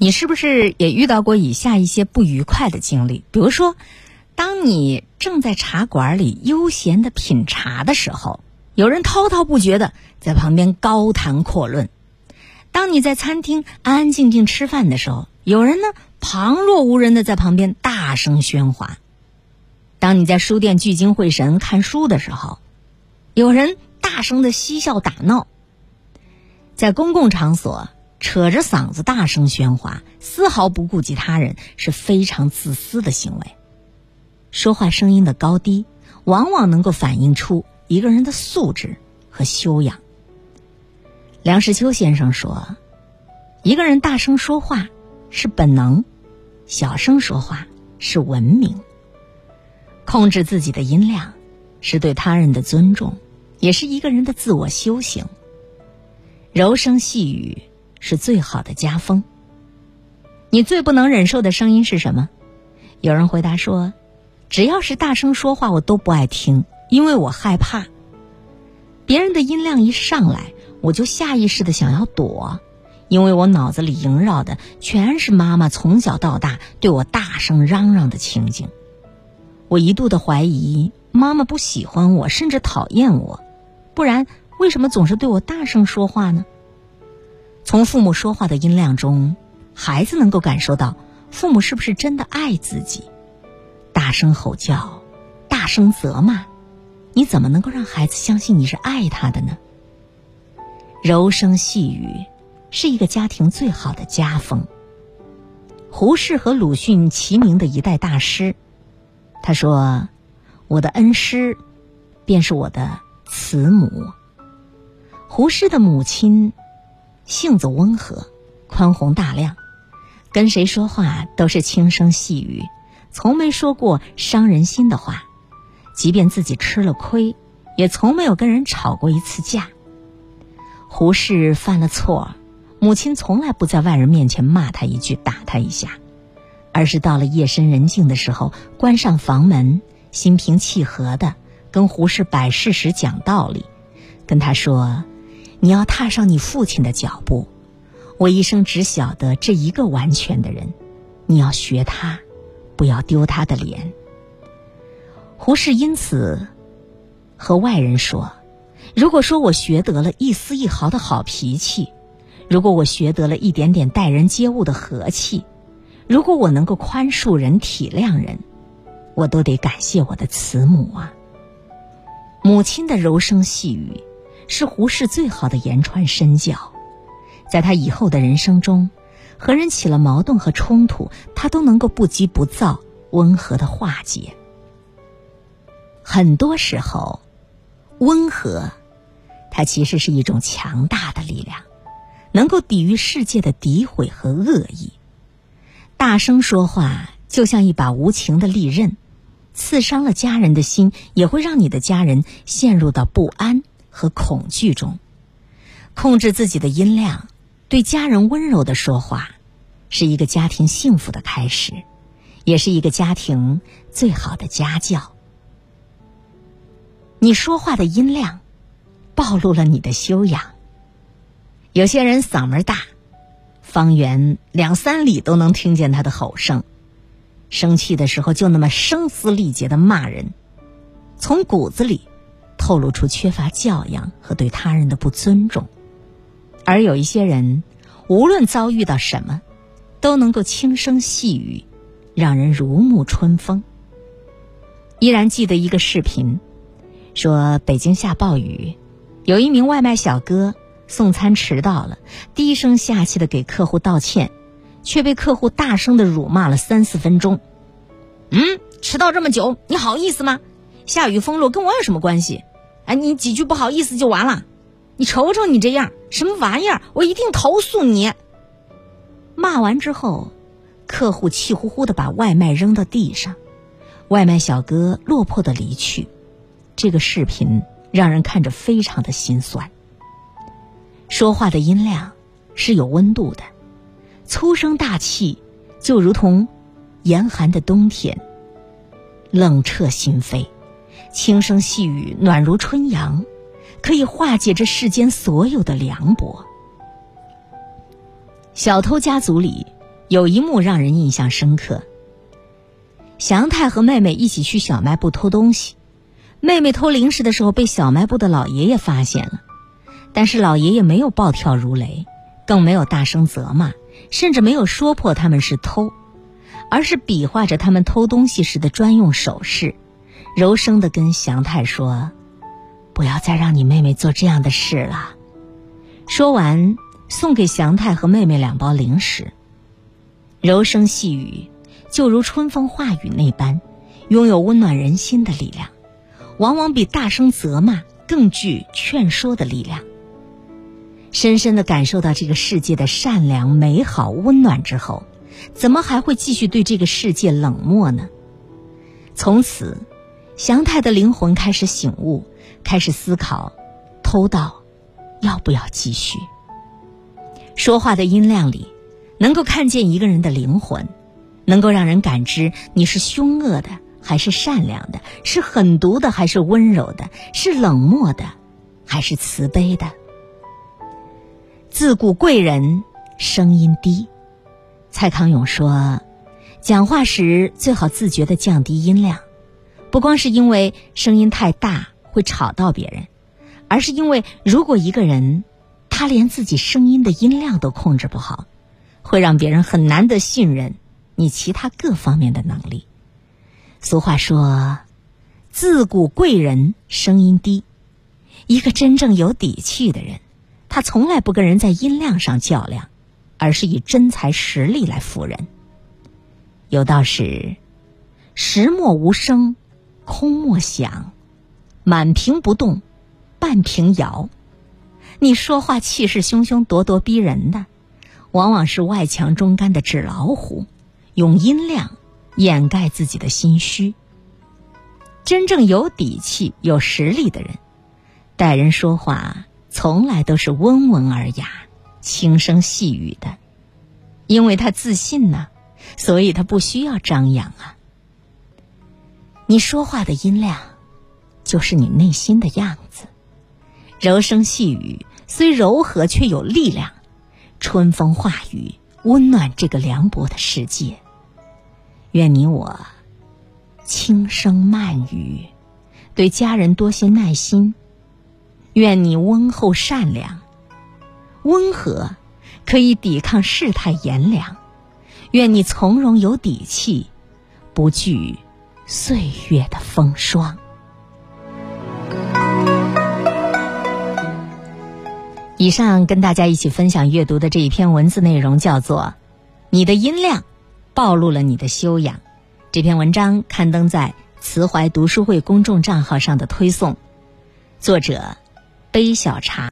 你是不是也遇到过以下一些不愉快的经历？比如说，当你正在茶馆里悠闲地品茶的时候，有人滔滔不绝地在旁边高谈阔论；当你在餐厅安安静静吃饭的时候，有人呢旁若无人地在旁边大声喧哗；当你在书店聚精会神看书的时候，有人大声地嬉笑打闹。在公共场所扯着嗓子大声喧哗，丝毫不顾及他人，是非常自私的行为。说话声音的高低往往能够反映出一个人的素质和修养。梁实秋先生说，一个人大声说话是本能，小声说话是文明。控制自己的音量是对他人的尊重，也是一个人的自我修行。柔声细语是最好的家风。你最不能忍受的声音是什么？有人回答说，只要是大声说话我都不爱听，因为我害怕。别人的音量一上来，我就下意识的想要躲，因为我脑子里萦绕的全是妈妈从小到大对我大声嚷嚷的情景。我一度的怀疑妈妈不喜欢我，甚至讨厌我，不然为什么总是对我大声说话呢？从父母说话的音量中，孩子能够感受到父母是不是真的爱自己。大声吼叫，大声责骂，你怎么能够让孩子相信你是爱他的呢？柔声细语是一个家庭最好的家风。胡适和鲁迅齐名的一代大师，他说，我的恩师便是我的慈母。胡适的母亲性子温和，宽宏大量，跟谁说话都是轻声细语，从没说过伤人心的话，即便自己吃了亏，也从没有跟人吵过一次架。胡适犯了错，母亲从来不在外人面前骂他一句，打他一下，而是到了夜深人静的时候，关上房门，心平气和地跟胡适摆事实讲道理，跟他说，你要踏上你父亲的脚步，我一生只晓得这一个完全的人，你要学他，不要丢他的脸。胡适因此和外人说，如果说我学得了一丝一毫的好脾气，如果我学得了一点点待人接物的和气，如果我能够宽恕人体谅人，我都得感谢我的慈母啊。母亲的柔声细语是胡适最好的言传身教，在他以后的人生中，和人起了矛盾和冲突，他都能够不急不躁，温和的化解。很多时候，温和它其实是一种强大的力量，能够抵御世界的诋毁和恶意。大声说话就像一把无情的利刃，刺伤了家人的心，也会让你的家人陷入到不安和恐惧中。控制自己的音量，对家人温柔的说话，是一个家庭幸福的开始，也是一个家庭最好的家教。你说话的音量暴露了你的修养。有些人嗓门大，方圆2、3里都能听见他的吼声，生气的时候就那么声嘶力竭地骂人，从骨子里透露出缺乏教养和对他人的不尊重。而有一些人无论遭遇到什么，都能够轻声细语，让人如沐春风。依然记得一个视频，说北京下暴雨，有一名外卖小哥送餐迟到了，低声下气地给客户道歉，却被客户大声地辱骂了3、4分钟。迟到这么久，你好意思吗？下雨封路跟我有什么关系？你几句不好意思就完了？你瞅瞅你这样，什么玩意儿？我一定投诉你！骂完之后，客户气呼呼地把外卖扔到地上，外卖小哥落魄地离去。这个视频让人看着非常的心酸。说话的音量是有温度的，粗声大气就如同严寒的冬天，冷彻心扉；轻声细语暖如春阳，可以化解这世间所有的凉薄。小偷家族里有一幕让人印象深刻。祥太和妹妹一起去小卖部偷东西，妹妹偷零食的时候被小卖部的老爷爷发现了，但是老爷爷没有暴跳如雷，更没有大声责骂，甚至没有说破他们是偷，而是比划着他们偷东西时的专用手势，柔声地跟祥太说：“不要再让你妹妹做这样的事了。”说完，送给祥太和妹妹2包零食。柔声细语，就如春风化雨那般，拥有温暖人心的力量，往往比大声责骂更具劝说的力量。深深地感受到这个世界的善良、美好、温暖之后，怎么还会继续对这个世界冷漠呢？从此，祥太的灵魂开始醒悟，开始思考，偷盗要不要继续。说话的音量里，能够看见一个人的灵魂，能够让人感知你是凶恶的还是善良的，是狠毒的还是温柔的，是冷漠的还是慈悲的。自古贵人声音低，蔡康永说，讲话时最好自觉地降低音量，不光是因为声音太大会吵到别人，而是因为如果一个人他连自己声音的音量都控制不好，会让别人很难得信任你其他各方面的能力。俗话说，自古贵人声音低，一个真正有底气的人，他从来不跟人在音量上较量，而是以真才实力来服人。有道是，石墨无声，空莫响，满瓶不动，半瓶摇。你说话气势汹汹、咄咄逼人的，往往是外强中干的纸老虎，用音量掩盖自己的心虚。真正有底气、有实力的人，待人说话从来都是温文尔雅、轻声细语的，因为他自信呢，所以他不需要张扬啊。你说话的音量，就是你内心的样子。柔声细语虽柔和，却有力量，春风化雨，温暖这个凉薄的世界。愿你我轻声慢语，对家人多些耐心。愿你温厚善良，温和可以抵抗世态炎凉。愿你从容有底气，不惧岁月的风霜。以上跟大家一起分享阅读的这一篇文字内容叫做你的音量暴露了你的修养。这篇文章刊登在慈怀读书会公众账号上的推送，作者杯小茶。